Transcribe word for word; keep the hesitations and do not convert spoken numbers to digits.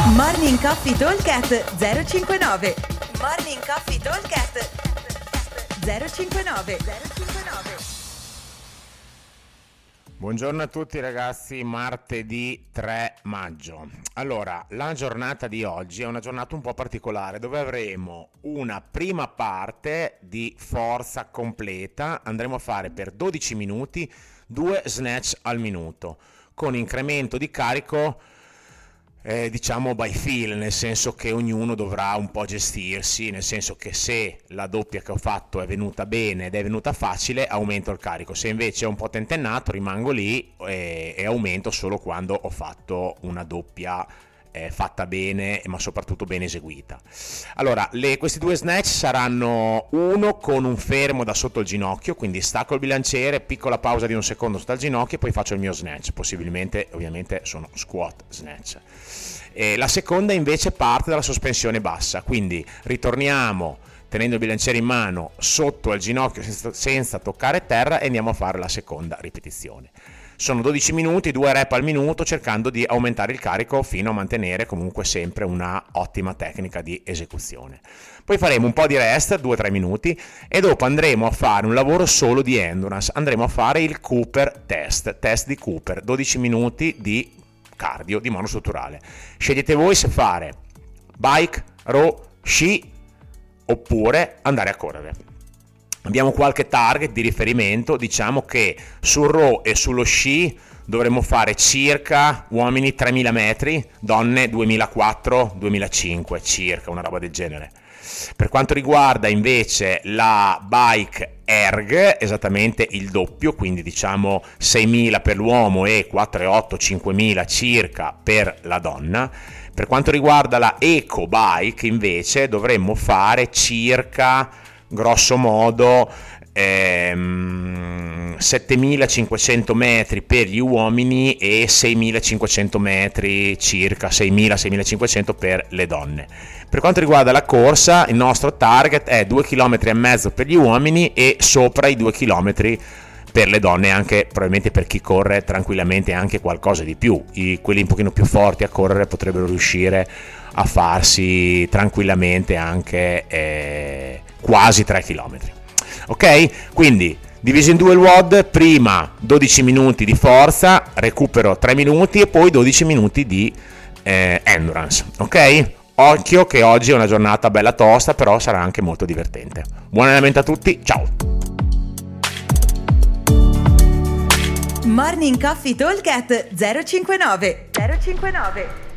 Morning Coffee Talkcast zero cinquantanove. Morning Coffee Talkcast zero cinquantanove. Buongiorno a tutti ragazzi, martedì tre maggio. Allora, la giornata di oggi è una giornata un po' particolare dove avremo una prima parte di forza completa. Andremo a fare per dodici minuti due snatch al minuto con incremento di carico Eh, diciamo by feel, nel senso che ognuno dovrà un po' gestirsi, nel senso che se la doppia che ho fatto è venuta bene ed è venuta facile, aumento il carico, se invece è un po' tentennato rimango lì e, e aumento solo quando ho fatto una doppia eh, fatta bene ma soprattutto ben eseguita. Allora, le, questi due snatch saranno uno con un fermo da sotto il ginocchio, quindi stacco il bilanciere, piccola pausa di un secondo sotto il ginocchio e poi faccio il mio snatch, possibilmente ovviamente sono squat snatch. E la seconda invece parte dalla sospensione bassa, quindi ritorniamo tenendo il bilanciere in mano sotto al ginocchio senza, senza toccare terra e andiamo a fare la seconda ripetizione. Sono dodici minuti, due rep al minuto, cercando di aumentare il carico fino a mantenere comunque sempre una ottima tecnica di esecuzione. Poi faremo un po' di rest, due tre minuti, e dopo andremo a fare un lavoro solo di endurance. Andremo a fare il Cooper test, test di Cooper, dodici minuti di cardio, di monostrutturale. Scegliete voi se fare bike, row, sci oppure andare a correre. Abbiamo qualche target di riferimento, diciamo che sul row e sullo sci dovremmo fare circa uomini tremila metri, donne duemilaquattrocento duemilacinquecento, circa una roba del genere. Per quanto riguarda invece la bike erg, esattamente il doppio, quindi diciamo seimila per l'uomo e quattromilaottocento cinquemila circa per la donna. Per quanto riguarda la eco bike invece dovremmo fare circa grosso modo ehm, settemilacinquecento metri per gli uomini e seimilacinquecento metri, circa seimila seimilacinquecento per le donne. Per quanto riguarda la corsa, il nostro target è due chilometri e mezzo per gli uomini e sopra i due chilometri per le donne, anche probabilmente per chi corre tranquillamente anche qualcosa di più. I, quelli un pochino più forti a correre potrebbero riuscire a farsi tranquillamente anche eh, quasi tre chilometri. Ok? Quindi diviso in due il W O D, prima dodici minuti di forza, recupero tre minuti e poi dodici minuti di eh, endurance. Ok? Occhio che oggi è una giornata bella tosta, però sarà anche molto divertente. Buon allenamento a tutti, ciao! Morning Coffee Talkcast zero cinquantanove.